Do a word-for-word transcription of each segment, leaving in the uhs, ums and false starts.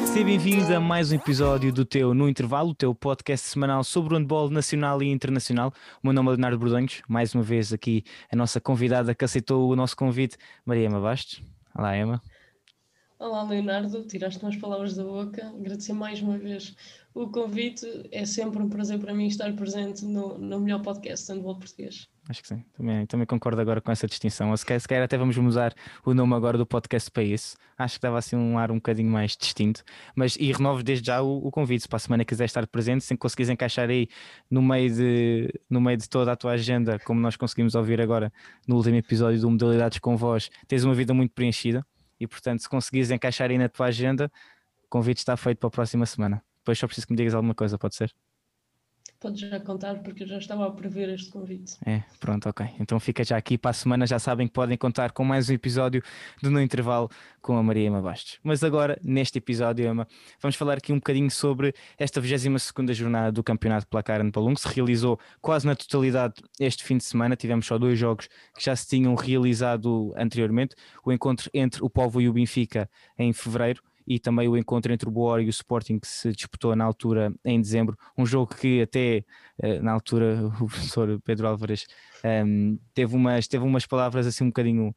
Seja bem-vindo a mais um episódio do teu No Intervalo, o teu podcast semanal sobre o handball nacional e internacional. O meu nome é Leonardo Bordonhos, mais uma vez aqui a nossa convidada que aceitou o nosso convite, Maria Ema Bastos. Olá, Ema. Olá, Leonardo, tiraste umas palavras da boca, agradecer mais uma vez o convite, é sempre um prazer para mim estar presente no, no melhor podcast de handball português. Acho que sim, também, também concordo agora com essa distinção. Ou se calhar, se calhar até vamos mudar o nome agora do podcast para isso. Acho que dava assim um ar um bocadinho mais distinto. Mas e renovo desde já o, o convite. Se para a semana quiser estar presente, se conseguires encaixar aí no meio, de, no meio de toda a tua agenda, como nós conseguimos ouvir agora no último episódio do Modalidades com Voz, tens uma vida muito preenchida e, portanto, se conseguires encaixar aí na tua agenda, o convite está feito para a próxima semana. Depois só preciso que me digas alguma coisa, pode ser? Podes já contar, porque eu já estava a prever este convite. É, pronto, ok. Então fica já aqui para a semana, já sabem que podem contar com mais um episódio do No Intervalo com a Maria Ema Bastos. Mas agora, neste episódio, Ema, vamos falar aqui um bocadinho sobre esta vigésima segunda jornada do Campeonato Placar Handball, que se realizou quase na totalidade este fim de semana. Tivemos só dois jogos que já se tinham realizado anteriormente. O encontro entre o Póvoa e o Benfica em fevereiro, e também o encontro entre o Boa e o Sporting que se disputou na altura em dezembro, um jogo que até na altura o professor Pedro Álvares um, teve, umas, teve umas palavras assim um bocadinho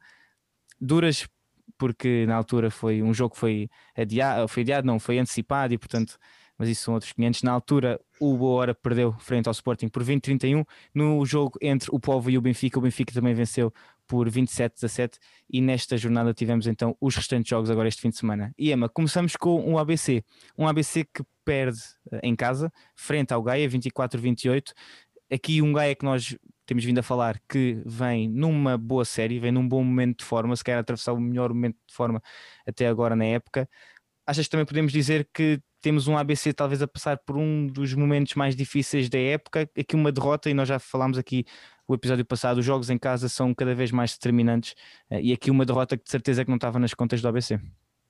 duras, porque na altura foi um jogo que foi adiado, foi adiado, não, foi antecipado e portanto, mas isso são outros quinhentos. Na altura o Boa perdeu frente ao Sporting por vinte a trinta e um, no jogo entre o Póvoa e o Benfica, o Benfica também venceu por vinte e sete a dezassete, e nesta jornada tivemos então os restantes jogos agora este fim de semana. E Ema, começamos com um A B C, um A B C que perde em casa, frente ao Gaia, vinte e quatro a vinte e oito. Aqui um Gaia que nós temos vindo a falar que vem numa boa série, vem num bom momento de forma, se quer atravessar o melhor momento de forma até agora na época. Achas que também podemos dizer que temos um A B C talvez a passar por um dos momentos mais difíceis da época, aqui uma derrota, e nós já falámos aqui o episódio passado, os jogos em casa são cada vez mais determinantes, e aqui uma derrota que de certeza que não estava nas contas do A B C.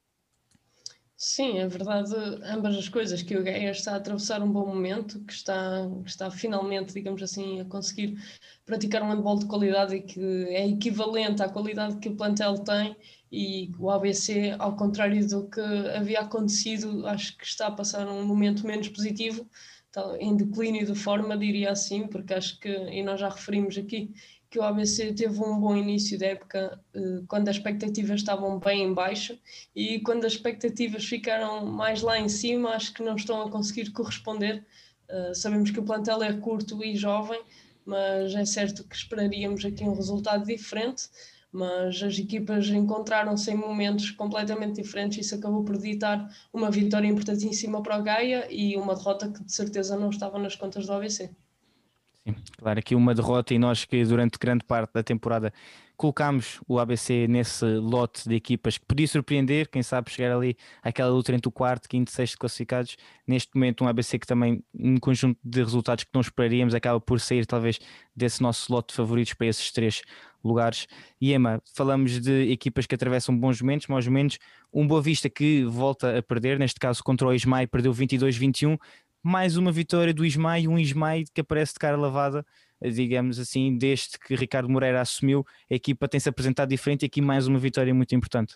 Sim, é verdade, ambas as coisas, que o Gaia está a atravessar um bom momento, que está, que está finalmente, digamos assim, a conseguir praticar um handball de qualidade e que é equivalente à qualidade que o plantel tem, e o A B C, ao contrário do que havia acontecido, acho que está a passar um momento menos positivo, em declínio de forma, diria assim, porque acho que, e nós já referimos aqui, que o A B C teve um bom início da época quando as expectativas estavam bem em baixo, e quando as expectativas ficaram mais lá em cima, acho que não estão a conseguir corresponder. Sabemos que o plantel é curto e jovem, mas é certo que esperaríamos aqui um resultado diferente, mas as equipas encontraram-se em momentos completamente diferentes e isso acabou por ditar uma vitória importantíssima para o Gaia e uma derrota que de certeza não estava nas contas do A B C. Sim, claro, aqui uma derrota, e nós que durante grande parte da temporada colocámos o A B C nesse lote de equipas que podia surpreender, quem sabe chegar ali àquela luta entre o quarto, quinto e sexto classificados. Neste momento um A B C que também, um conjunto de resultados que não esperaríamos, acaba por sair talvez desse nosso lote de favoritos para esses três lugares. E Ema, falamos de equipas que atravessam bons momentos, maus momentos. Um Boa Vista que volta a perder, neste caso contra o Ismael, perdeu vinte e dois a vinte e um. Mais uma vitória do Ismael, um Ismael que aparece de cara lavada, digamos assim, desde que Ricardo Moreira assumiu, a equipa tem-se apresentado diferente, e aqui mais uma vitória muito importante.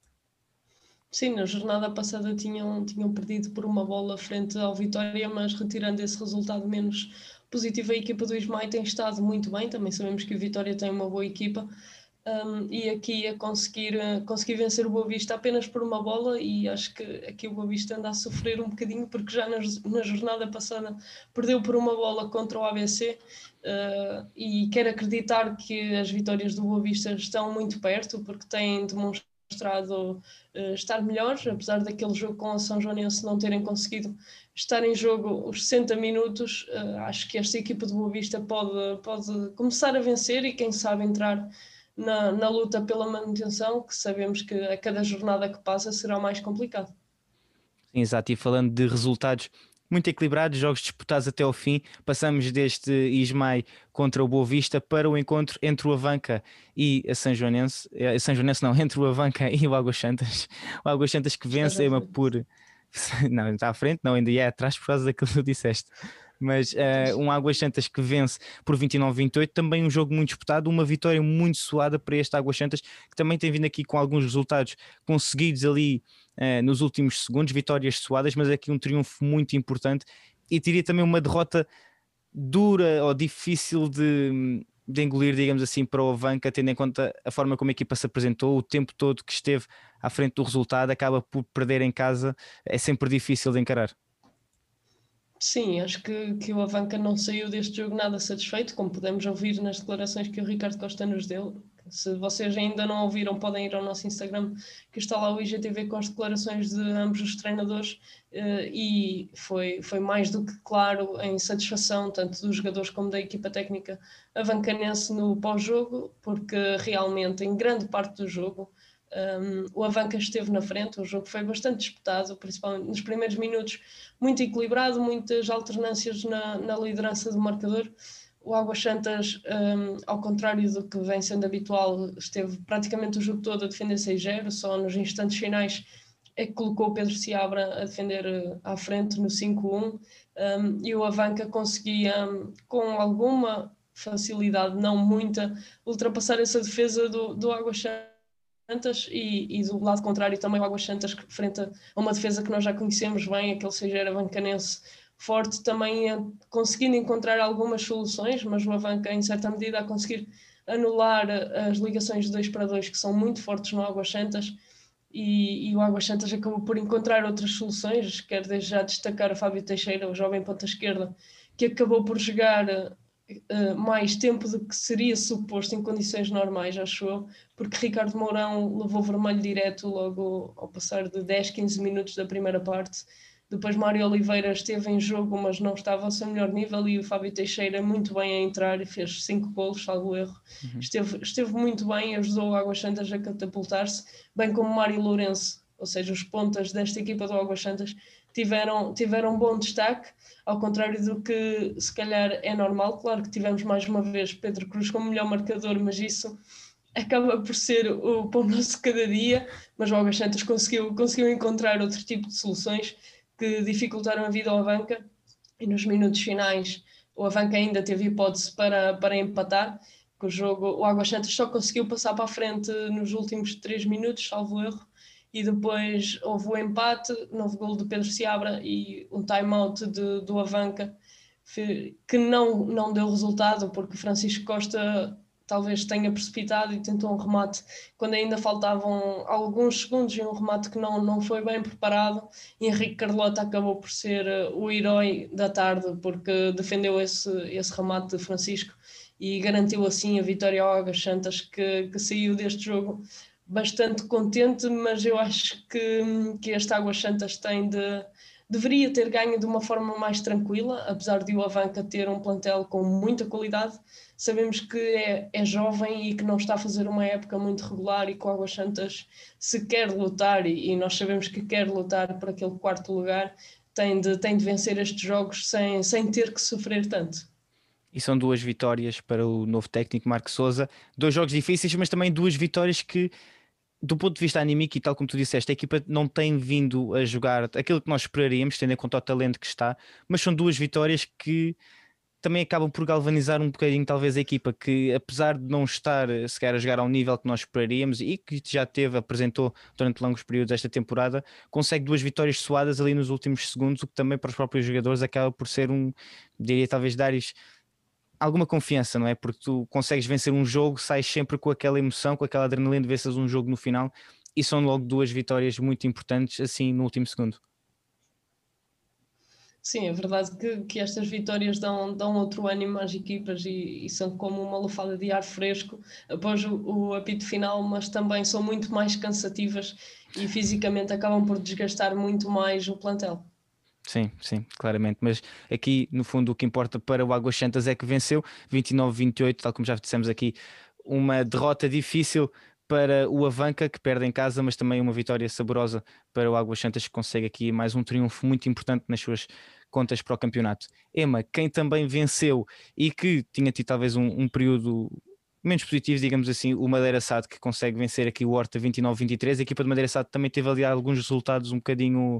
Sim, na jornada passada tinham, tinham perdido por uma bola frente ao Vitória, mas retirando esse resultado menos positivo, a equipa do Ismael tem estado muito bem. Também sabemos que o Vitória tem uma boa equipa, um, e aqui a conseguir, a conseguir vencer o Boa Vista apenas por uma bola, e acho que aqui o Boa Vista anda a sofrer um bocadinho, porque já na, na jornada passada perdeu por uma bola contra o A B C, uh, e quero acreditar que as vitórias do Boa Vista estão muito perto, porque têm demonstrado mostrado uh, estar melhores, apesar daquele jogo com a São Joanense não terem conseguido estar em jogo os sessenta minutos. Uh, acho que esta equipa de Boa Vista pode, pode começar a vencer e quem sabe entrar na, na luta pela manutenção, que sabemos que a cada jornada que passa será mais complicado. Sim, exato, e falando de resultados muito equilibrados, jogos disputados até ao fim, passamos deste Ismael contra o Boa Vista para o encontro entre o Avanca e a São Joanense, a São Joanense não, entre o Avanca e o Águas Santas, o Águas Santas que vence Ema por... Não, está à frente, não, ainda é atrás por causa daquilo que tu disseste. Mas uh, um Águas Santas que vence por vinte e nove a vinte e oito, também um jogo muito disputado, uma vitória muito suada para este Águas Santas, que também tem vindo aqui com alguns resultados conseguidos ali uh, nos últimos segundos, vitórias suadas, mas aqui um triunfo muito importante, e teria também uma derrota dura ou difícil de, de engolir, digamos assim, para o Avanca, tendo em conta a forma como a equipa se apresentou, o tempo todo que esteve à frente do resultado, acaba por perder em casa, é sempre difícil de encarar. Sim, acho que, que o Avanca não saiu deste jogo nada satisfeito, como podemos ouvir nas declarações que o Ricardo Costa nos deu. Se vocês ainda não ouviram, podem ir ao nosso Instagram, que está lá o I G T V com as declarações de ambos os treinadores, e foi, foi mais do que claro em satisfação, tanto dos jogadores como da equipa técnica avancanense no pós-jogo, porque realmente, em grande parte do jogo, Um, o Avanca esteve na frente, o jogo foi bastante disputado, principalmente nos primeiros minutos, muito equilibrado, muitas alternâncias na, na liderança do marcador. O Águas Santas, um, ao contrário do que vem sendo habitual, esteve praticamente o jogo todo a defender seis zero, só nos instantes finais é que colocou o Pedro Seabra a defender à frente no cinco um, um, e o Avanca conseguia, um, com alguma facilidade, não muita, ultrapassar essa defesa do, do Águas Santas. E, e do lado contrário também o Águas Santas, que frente a uma defesa que nós já conhecemos bem, aquele seja avancanense forte, também é, conseguindo encontrar algumas soluções, mas o Avanca em certa medida a conseguir anular as ligações de dois para dois que são muito fortes no Águas Santas, e, e o Águas Santas acabou por encontrar outras soluções. Quero desde já destacar o Fábio Teixeira, o jovem ponta esquerda, que acabou por jogar Uh, mais tempo do que seria suposto em condições normais, acho eu, porque Ricardo Mourão levou vermelho direto logo ao passar de dez, quinze minutos da primeira parte. Depois Mário Oliveira esteve em jogo, mas não estava ao seu melhor nível, e o Fábio Teixeira muito bem a entrar e fez cinco golos, salvo erro. Uhum. Esteve, esteve muito bem, ajudou o Águas Santas a catapultar-se, bem como Mário Lourenço, ou seja, os pontas desta equipa do Águas Santas tiveram, tiveram um bom destaque, ao contrário do que se calhar é normal. Claro que tivemos mais uma vez Pedro Cruz como melhor marcador, mas isso acaba por ser o pão nosso cada dia. Mas o Águas Santas conseguiu, conseguiu encontrar outro tipo de soluções que dificultaram a vida ao Avanca, e nos minutos finais o Avanca ainda teve hipótese para, para empatar, que o jogo, o Águas Santas só conseguiu passar para a frente nos últimos três minutos, salvo erro, e depois houve o empate, novo golo de Pedro Seabra e um time-out de, do Avanca, que não, não deu resultado, porque Francisco Costa talvez tenha precipitado e tentou um remate quando ainda faltavam alguns segundos, e um remate que não, não foi bem preparado, e Henrique Carlota acabou por ser o herói da tarde, porque defendeu esse, esse remate de Francisco e garantiu assim a vitória ao Águas Santas, que, que saiu deste jogo bastante contente. Mas eu acho que, que este Águas Santas tem de, deveria ter ganho de uma forma mais tranquila, apesar de o Avanca ter um plantel com muita qualidade. Sabemos que é, é jovem e que não está a fazer uma época muito regular, e que o Águas Santas, se quer lutar, e, e nós sabemos que quer lutar por aquele quarto lugar, tem de, tem de vencer estes jogos sem, sem ter que sofrer tanto. E são duas vitórias para o novo técnico Marco Sousa, dois jogos difíceis, mas também duas vitórias que, do ponto de vista anímico, e tal como tu disseste, a equipa não tem vindo a jogar aquilo que nós esperaríamos, tendo em conta o talento que está, mas são duas vitórias que também acabam por galvanizar um bocadinho talvez a equipa, que apesar de não estar sequer a jogar ao nível que nós esperaríamos e que já teve, apresentou durante longos períodos esta temporada, consegue duas vitórias suadas ali nos últimos segundos, o que também para os próprios jogadores acaba por ser um, diria talvez dar-lhes alguma confiança, não é? Porque tu consegues vencer um jogo, sais sempre com aquela emoção, com aquela adrenalina de vences um jogo no final, e são logo duas vitórias muito importantes assim no último segundo. Sim, é verdade que, que estas vitórias dão, dão outro ânimo às equipas, e, e são como uma lufada de ar fresco após o, o apito final, mas também são muito mais cansativas e fisicamente acabam por desgastar muito mais o plantel. Sim, sim, claramente, mas aqui no fundo o que importa para o Águas Santas é que venceu vinte e nove a vinte e oito, tal como já dissemos aqui, uma derrota difícil para o Avanca, que perde em casa, mas também uma vitória saborosa para o Águas Santas, que consegue aqui mais um triunfo muito importante nas suas contas para o campeonato. Ema, quem também venceu e que tinha tido talvez um, um período menos positivo, digamos assim, o Madeira S A D, que consegue vencer aqui o Horta vinte e nove a vinte e três. A equipa de Madeira S A D também teve ali alguns resultados um bocadinho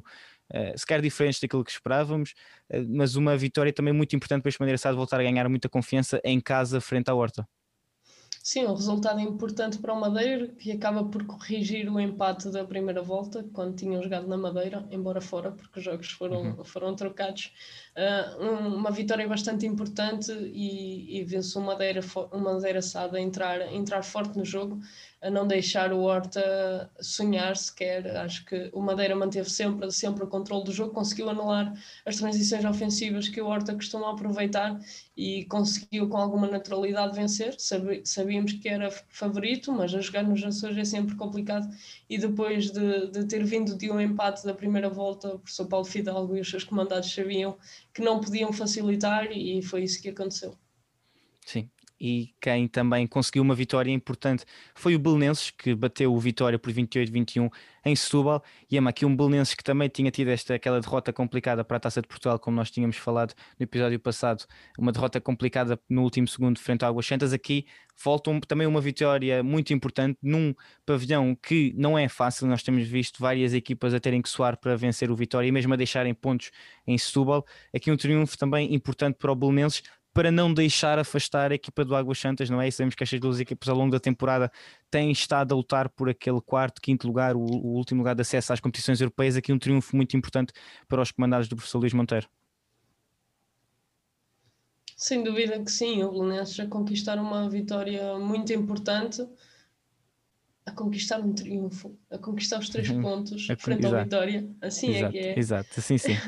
uh, se calhar diferentes daquilo que esperávamos, uh, mas uma vitória também muito importante para este Madeira Sá de voltar a ganhar muita confiança em casa frente à Horta. Sim, um resultado importante para o Madeira, que acaba por corrigir o empate da primeira volta, quando tinham jogado na Madeira, embora fora, porque os jogos foram, uhum. foram trocados. Uh, uma vitória bastante importante e, e vê-se o Madeira, o Madeira Sá a entrar, entrar forte no jogo, a não deixar o Horta sonhar sequer. Acho que o Madeira manteve sempre, sempre o controle do jogo, conseguiu anular as transições ofensivas que o Horta costuma aproveitar e conseguiu com alguma naturalidade vencer. Sabíamos que era favorito, mas a jogar nos Açores é sempre complicado, e depois de, de ter vindo de um empate da primeira volta, o professor Paulo Fidalgo e os seus comandados sabiam que não podiam facilitar, e foi isso que aconteceu. Sim. E quem também conseguiu uma vitória importante foi o Belenenses, que bateu o Vitória por vinte e oito a vinte e um em Setúbal. E é aqui um Belenenses que também tinha tido esta, aquela derrota complicada para a Taça de Portugal, como nós tínhamos falado no episódio passado, uma derrota complicada no último segundo frente ao Águas Santas. Aqui voltam também uma vitória muito importante num pavilhão que não é fácil. Nós temos visto várias equipas a terem que suar para vencer o Vitória e mesmo a deixarem pontos em Setúbal. Aqui um triunfo também importante para o Belenenses, para não deixar afastar a equipa do Águas Santas, não é? E sabemos que estas duas equipas ao longo da temporada têm estado a lutar por aquele quarto, quinto lugar, o, o último lugar de acesso às competições europeias. Aqui um triunfo muito importante para os comandados do professor Luís Monteiro. Sem dúvida que sim, o Belenenses a conquistar uma vitória muito importante, a conquistar um triunfo, a conquistar os três pontos frente ao Vitória, assim exato, é que é. Exato, assim sim.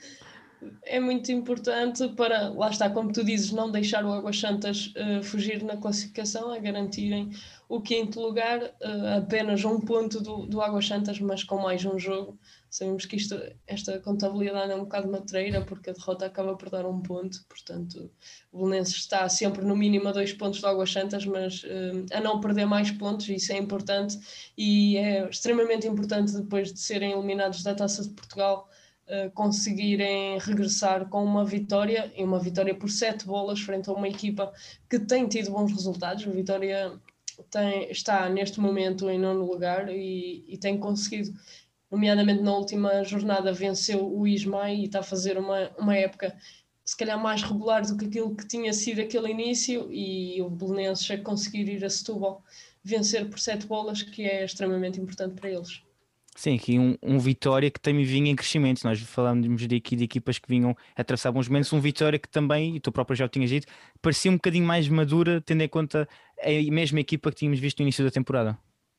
É muito importante para, lá está, como tu dizes, não deixar o Águas Santas uh, fugir na classificação, a garantirem o quinto lugar, uh, apenas um ponto do, do Águas Santas, mas com mais um jogo. Sabemos que isto, esta contabilidade é um bocado matreira, porque a derrota acaba por dar um ponto, portanto o Belenenses está sempre no mínimo a dois pontos do Águas Santas, mas uh, a não perder mais pontos, isso é importante, e é extremamente importante depois de serem eliminados da Taça de Portugal, Uh, conseguirem regressar com uma vitória, e uma vitória por sete bolas frente a uma equipa que tem tido bons resultados. A Vitória tem, está neste momento em nono lugar e, e tem conseguido, nomeadamente na última jornada, venceu o Ismael e está a fazer uma, uma época se calhar mais regular do que aquilo que tinha sido aquele início, e o Belenenses a conseguir ir a Setúbal vencer por sete bolas, que é extremamente importante para eles. Sim, aqui um, um Vitória que também vinha em crescimento. Nós falamos de aqui de equipas que vinham atravessar bons momentos. Um Vitória que também, e tu próprio já o tinhas dito, parecia um bocadinho mais madura, tendo em conta a mesma equipa que tínhamos visto no início da temporada.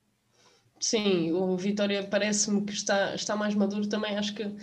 Sim, o Vitória parece-me que está, está mais maduro também. Acho que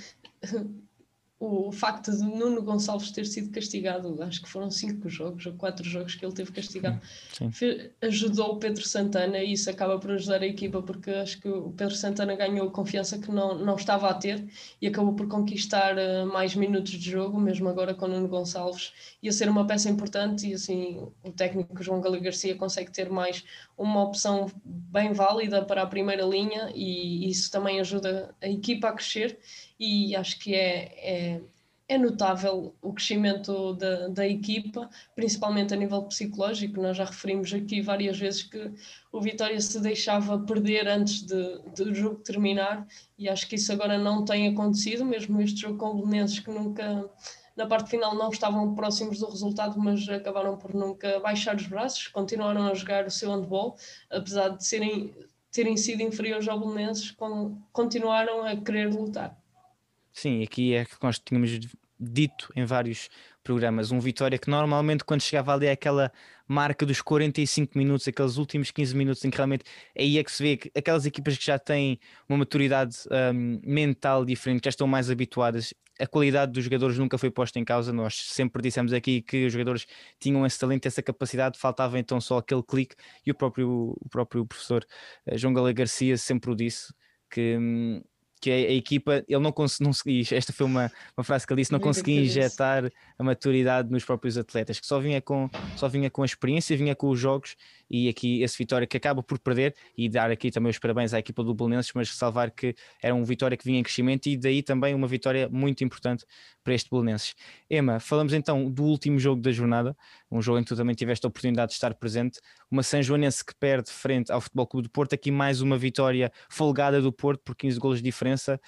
o facto de Nuno Gonçalves ter sido castigado, acho que foram cinco jogos ou quatro jogos que ele teve castigado, sim, sim. Fez, ajudou o Pedro Santana, e isso acaba por ajudar a equipa, porque acho que o Pedro Santana ganhou confiança que não, não estava a ter e acabou por conquistar uh, mais minutos de jogo, mesmo agora com Nuno Gonçalves. Ia ser uma peça importante, e assim o técnico João Galego Garcia consegue ter mais uma opção bem válida para a primeira linha, e isso também ajuda a equipa a crescer. E acho que é, é, é notável o crescimento da, da equipa, principalmente a nível psicológico. Nós já referimos aqui várias vezes que o Vitória se deixava perder antes de, de o jogo terminar, e acho que isso agora não tem acontecido, mesmo este jogo com o Belenenses, que nunca, na parte final, não estavam próximos do resultado, mas acabaram por nunca baixar os braços, continuaram a jogar o seu handball, apesar de serem, terem sido inferiores ao Belenenses, continuaram a querer lutar. Sim, aqui é que nós tínhamos dito em vários programas, um Vitória que normalmente quando chegava ali àquela marca dos quarenta e cinco minutos, aqueles últimos quinze minutos em que realmente aí é que se vê que aquelas equipas que já têm uma maturidade um, mental diferente, já estão mais habituadas, a qualidade dos jogadores nunca foi posta em causa. Nós sempre dissemos aqui que os jogadores tinham esse talento, essa capacidade, faltava então só aquele clique, e o próprio, o próprio professor João Galego Garcia sempre o disse, que hum, que a, a equipa, ele não conseguia, esta foi uma, uma frase que ele disse, não conseguia injetar a maturidade nos próprios atletas, que só vinha, com, só vinha com a experiência, vinha com os jogos, e aqui esse Vitória que acaba por perder, e dar aqui também os parabéns à equipa do Belenenses, mas salvar que era um Vitória que vinha em crescimento, e daí também uma vitória muito importante para este Belenenses. Emma, falamos então do último jogo da jornada, um jogo em que tu também tiveste a oportunidade de estar presente, uma Sanjoanense que perde frente ao Futebol Clube do Porto, aqui mais uma vitória folgada do Porto por quinze golos de diferença.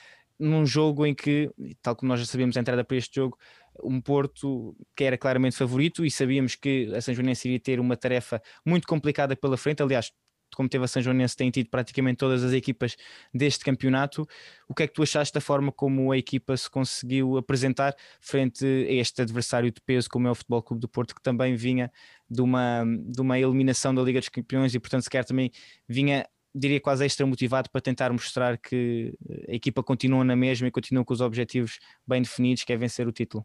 num jogo em que, tal como nós já sabíamos a entrada para este jogo, um Porto que era claramente favorito, e sabíamos que a São Joanense iria ter uma tarefa muito complicada pela frente. Aliás, como teve a São Joanense, tem tido praticamente todas as equipas deste campeonato. O que é que tu achaste da forma como a equipa se conseguiu apresentar frente a este adversário de peso, como é o Futebol Clube do Porto, que também vinha de uma, de uma eliminação da Liga dos Campeões e, portanto, se calhar também vinha, diria, quase extra motivado para tentar mostrar que a equipa continua na mesma e continua com os objetivos bem definidos, que é vencer o título?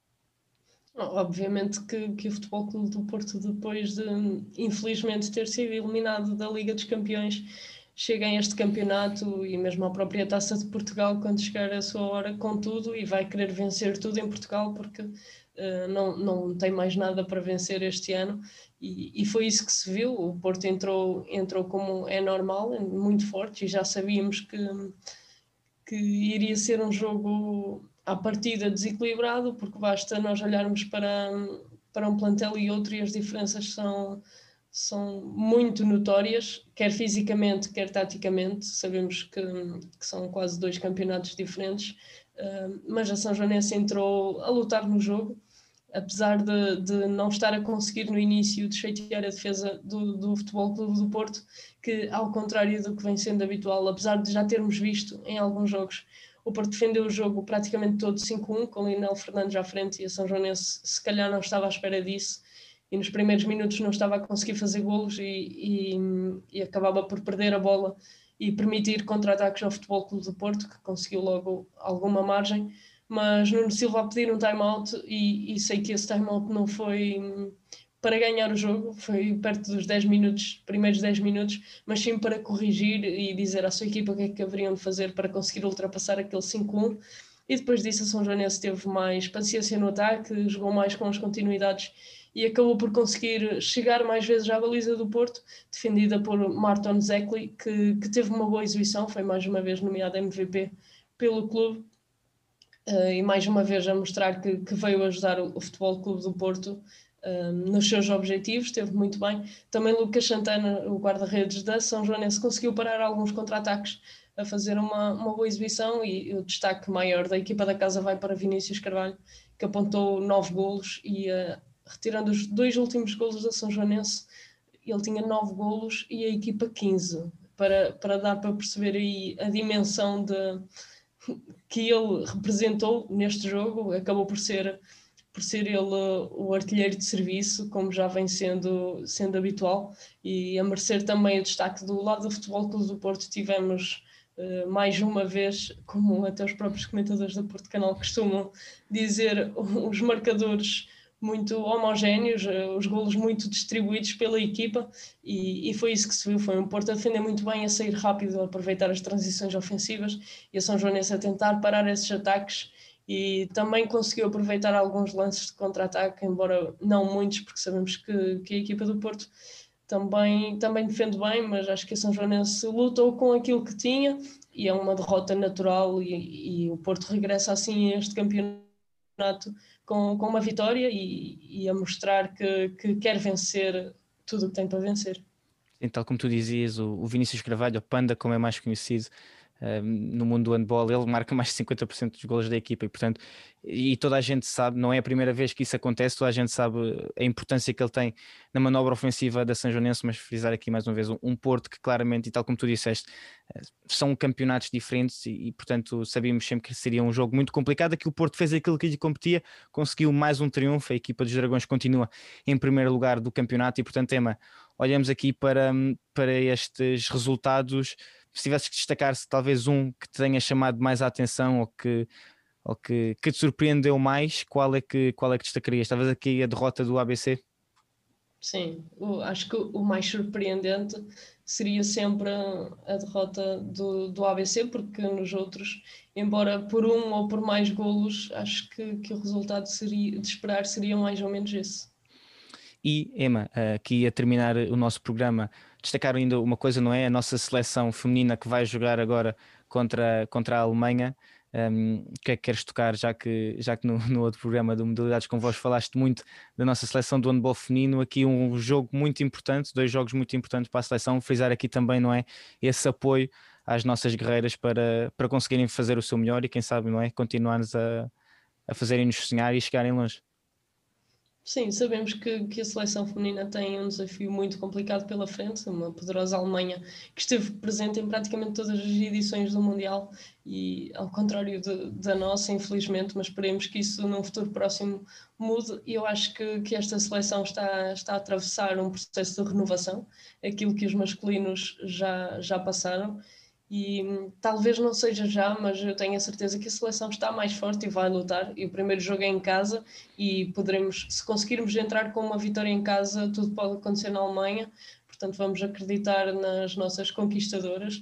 Obviamente que, que o Futebol Clube do Porto, depois de infelizmente ter sido eliminado da Liga dos Campeões, chega a este campeonato e mesmo à própria Taça de Portugal, quando chegar a sua hora, com tudo, e vai querer vencer tudo em Portugal, porque uh, não, não tem mais nada para vencer este ano, e, e foi isso que se viu. O Porto entrou, entrou como é normal, muito forte, e já sabíamos que, que iria ser um jogo à partida desequilibrado, porque basta nós olharmos para, para um plantel e outro e as diferenças são, são muito notórias, quer fisicamente, quer taticamente. Sabemos que, que são quase dois campeonatos diferentes, uh, mas a São Joanense entrou a lutar no jogo, apesar de, de não estar a conseguir no início desfeitear a defesa do, do Futebol Clube do Porto, que, ao contrário do que vem sendo habitual, apesar de já termos visto em alguns jogos, o Porto defendeu o jogo praticamente todo cinco a um, com o Lionel Fernandes à frente, e a São Joanense se calhar não estava à espera disso, e nos primeiros minutos não estava a conseguir fazer golos, e, e, e acabava por perder a bola e permitir contra-ataques ao Futebol Clube do Porto, que conseguiu logo alguma margem. Mas Nuno Silva a pedir um time-out, e, e sei que esse time-out não foi para ganhar o jogo, foi perto dos dez minutos, primeiros dez minutos, mas sim para corrigir e dizer à sua equipa o que é que haveriam de fazer para conseguir ultrapassar aquele cinco a um. E depois disso a São Joanense teve mais paciência no ataque, jogou mais com as continuidades e acabou por conseguir chegar mais vezes à baliza do Porto, defendida por Marton Zekli, que, que teve uma boa exibição, foi mais uma vez nomeado M V P pelo clube. Uh, e mais uma vez a mostrar que, que veio ajudar o, o Futebol Clube do Porto uh, nos seus objetivos, esteve muito bem. Também Lucas Santana, o guarda-redes da São Joanense, conseguiu parar alguns contra-ataques, a fazer uma, uma boa exibição, e o destaque maior da equipa da casa vai para Vinícius Carvalho, que apontou nove golos, e uh, retirando os dois últimos golos da São Joanense, ele tinha nove golos e a equipa quinze, para, para dar para perceber aí a dimensão de que ele representou neste jogo. Acabou por ser, por ser ele o artilheiro de serviço, como já vem sendo, sendo habitual, e a merecer também o destaque do lado do Futebol Clube do Porto. Tivemos uh, mais uma vez, como até os próprios comentadores da Porto Canal costumam dizer, os marcadores muito homogéneos, os golos muito distribuídos pela equipa, e, e foi isso que se viu. Foi um Porto a defender muito bem, a sair rápido, a aproveitar as transições ofensivas, e a São Joanense a tentar parar esses ataques, e também conseguiu aproveitar alguns lances de contra-ataque, embora não muitos, porque sabemos que, que a equipa do Porto também, também defende bem, mas acho que a São Joanense lutou com aquilo que tinha, e é uma derrota natural, e, e o Porto regressa assim a este campeonato Com, com uma vitória, e, e a mostrar que, que quer vencer tudo o que tem para vencer. E tal como tu dizias, o, o Vinícius Carvalho, o Panda, como é mais conhecido um, no mundo do handball, ele marca mais de cinquenta por cento dos golos da equipa, e portanto, e toda a gente sabe, não é a primeira vez que isso acontece, toda a gente sabe a importância que ele tem na manobra ofensiva da São Joanense. Mas frisar aqui mais uma vez um, um Porto que claramente, e tal como tu disseste, são campeonatos diferentes, e, e portanto sabíamos sempre que seria um jogo muito complicado. Aqui o Porto fez aquilo que lhe competia, conseguiu mais um triunfo, a equipa dos Dragões continua em primeiro lugar do campeonato, e portanto, Emma, olhamos aqui para, para estes resultados. Se tivesses que destacar-se talvez um que te tenha chamado mais a atenção, ou que, ou que, que te surpreendeu mais, qual é que, qual é que destacarias? Talvez aqui a derrota do A B C? Sim, o, acho que o mais surpreendente seria sempre a derrota do, do A B C, porque nos outros, embora por um ou por mais golos, acho que, que o resultado seria, de esperar seria mais ou menos esse. E, Emma, aqui a terminar o nosso programa, destacar ainda uma coisa, não é? A nossa seleção feminina que vai jogar agora contra, contra a Alemanha. Um, o que é que queres tocar, já que, já que no, no outro programa do Modalidades com Vós falaste muito da nossa seleção do handball feminino? Aqui um jogo muito importante, dois jogos muito importantes para a seleção. Frisar aqui também, não é? Esse apoio às nossas guerreiras para, para conseguirem fazer o seu melhor e quem sabe, não é, continuar-nos a, a fazerem-nos sonhar e chegarem longe. Sim, sabemos que, que a seleção feminina tem um desafio muito complicado pela frente, uma poderosa Alemanha que esteve presente em praticamente todas as edições do Mundial e ao contrário de, da nossa, infelizmente, mas esperemos que isso num futuro próximo mude e eu acho que, que esta seleção está, está a atravessar um processo de renovação, aquilo que os masculinos já, já passaram. E hum, talvez não seja já, mas eu tenho a certeza que a seleção está mais forte e vai lutar. E o primeiro jogo é em casa e poderemos, se conseguirmos entrar com uma vitória em casa, tudo pode acontecer na Alemanha. Portanto, vamos acreditar nas nossas conquistadoras.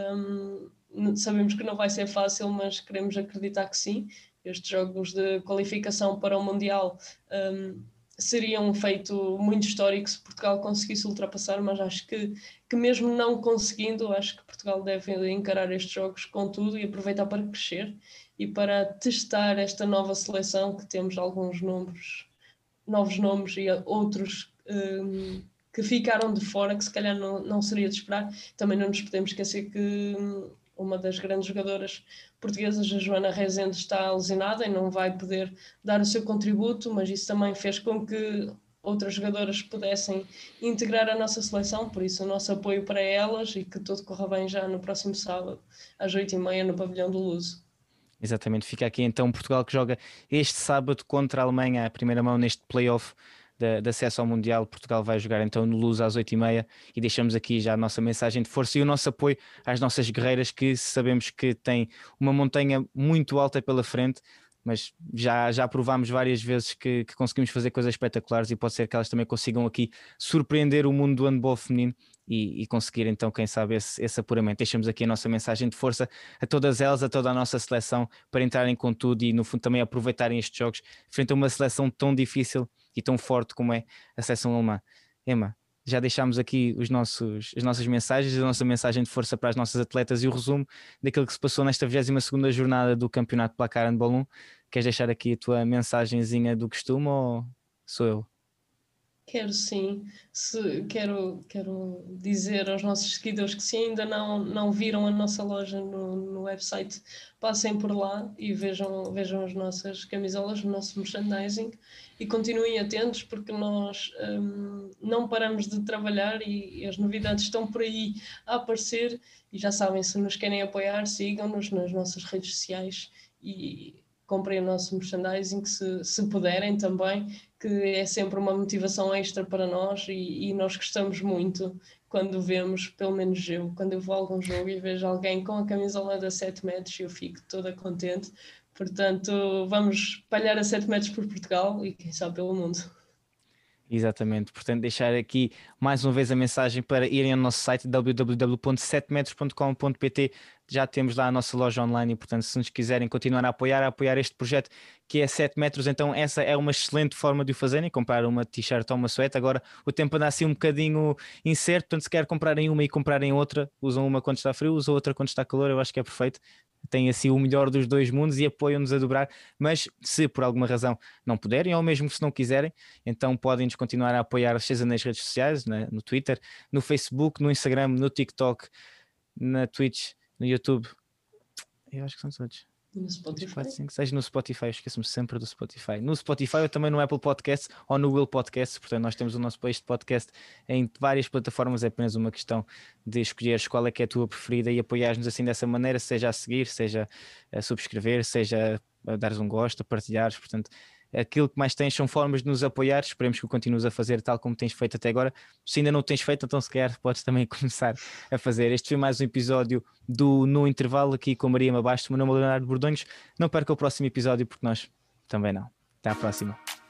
Hum, sabemos que não vai ser fácil, mas queremos acreditar que sim. Estes jogos de qualificação para o Mundial hum, seria um feito muito histórico se Portugal conseguisse ultrapassar, mas acho que, que mesmo não conseguindo, acho que Portugal deve encarar estes jogos com tudo e aproveitar para crescer e para testar esta nova seleção, que temos alguns nomes, novos nomes e outros um, que ficaram de fora, que se calhar não, não seria de esperar. Também não nos podemos esquecer que uma das grandes jogadoras portuguesas, a Joana Rezende, está lesionada e não vai poder dar o seu contributo, mas isso também fez com que outras jogadoras pudessem integrar a nossa seleção, por isso o nosso apoio para elas e que tudo corra bem já no próximo sábado, às oito e meia, no pavilhão do Luso. Exatamente, fica aqui então Portugal que joga este sábado contra a Alemanha, a primeira mão neste play-off de, de acesso ao Mundial. Portugal vai jogar então no Luso às oito e meia e deixamos aqui já a nossa mensagem de força e o nosso apoio às nossas guerreiras, que sabemos que têm uma montanha muito alta pela frente, mas já, já provámos várias vezes que, que conseguimos fazer coisas espetaculares e pode ser que elas também consigam aqui surpreender o mundo do handball feminino e, e conseguir então, quem sabe, esse, esse apuramento. Deixamos aqui a nossa mensagem de força a todas elas, a toda a nossa seleção, para entrarem com tudo e no fundo também aproveitarem estes jogos frente a uma seleção tão difícil e tão forte como é a seleção alemã. Emma, já deixámos aqui os nossos, as nossas mensagens, a nossa mensagem de força para as nossas atletas e o resumo daquilo que se passou nesta vigésima segunda jornada do Campeonato Placar Handball um. Queres deixar aqui a tua mensagenzinha do costume ou sou eu? Quero sim, se, quero, quero dizer aos nossos seguidores que se ainda não, não viram a nossa loja no, no website, passem por lá e vejam, vejam as nossas camisolas, o nosso merchandising e continuem atentos porque nós hum, não paramos de trabalhar e, e as novidades estão por aí a aparecer e já sabem, se nos querem apoiar, sigam-nos nas nossas redes sociais e comprem o nosso merchandising se, se puderem também, que é sempre uma motivação extra para nós e, e nós gostamos muito quando vemos, pelo menos eu, quando eu vou a algum jogo e vejo alguém com a camisola da sete metros, eu fico toda contente. Portanto, vamos espalhar a sete metros por Portugal e quem sabe pelo mundo. Exatamente, portanto deixar aqui mais uma vez a mensagem para irem ao nosso site w w w ponto sete metros ponto com ponto p t. Já temos lá a nossa loja online e portanto se nos quiserem continuar a apoiar, a apoiar este projeto que é sete metros, então essa é uma excelente forma de o fazerem, comprar uma t-shirt ou uma suéte. Agora o tempo anda assim um bocadinho incerto, portanto se quer comprarem uma e comprarem outra, usam uma quando está frio, usam outra quando está calor, eu acho que é perfeito. Tem assim o melhor dos dois mundos e apoiam-nos a dobrar, mas se por alguma razão não puderem ou mesmo se não quiserem, então podem-nos continuar a apoiar seja nas redes sociais, né? No Twitter, no Facebook, no Instagram, no TikTok, na Twitch, no YouTube, eu acho que são todos. No Spotify. quatro, cinco, seis, no Spotify, esqueço-me sempre do Spotify. No Spotify ou também no Apple Podcasts ou no Will Podcasts, portanto nós temos o nosso peixe de podcast em várias plataformas, é apenas uma questão de escolheres qual é que é a tua preferida e apoiar-nos assim dessa maneira, seja a seguir, seja a subscrever, seja a dares um gosto, a partilhares, portanto aquilo que mais tens são formas de nos apoiar, esperemos que o continues a fazer tal como tens feito até agora. Se ainda não o tens feito, então se calhar podes também começar a fazer. Este foi mais um episódio do No Intervalo aqui com a Maria Mabasto, meu nome é Leonardo Bordonhos. Não perca o próximo episódio porque nós também não. Até à próxima.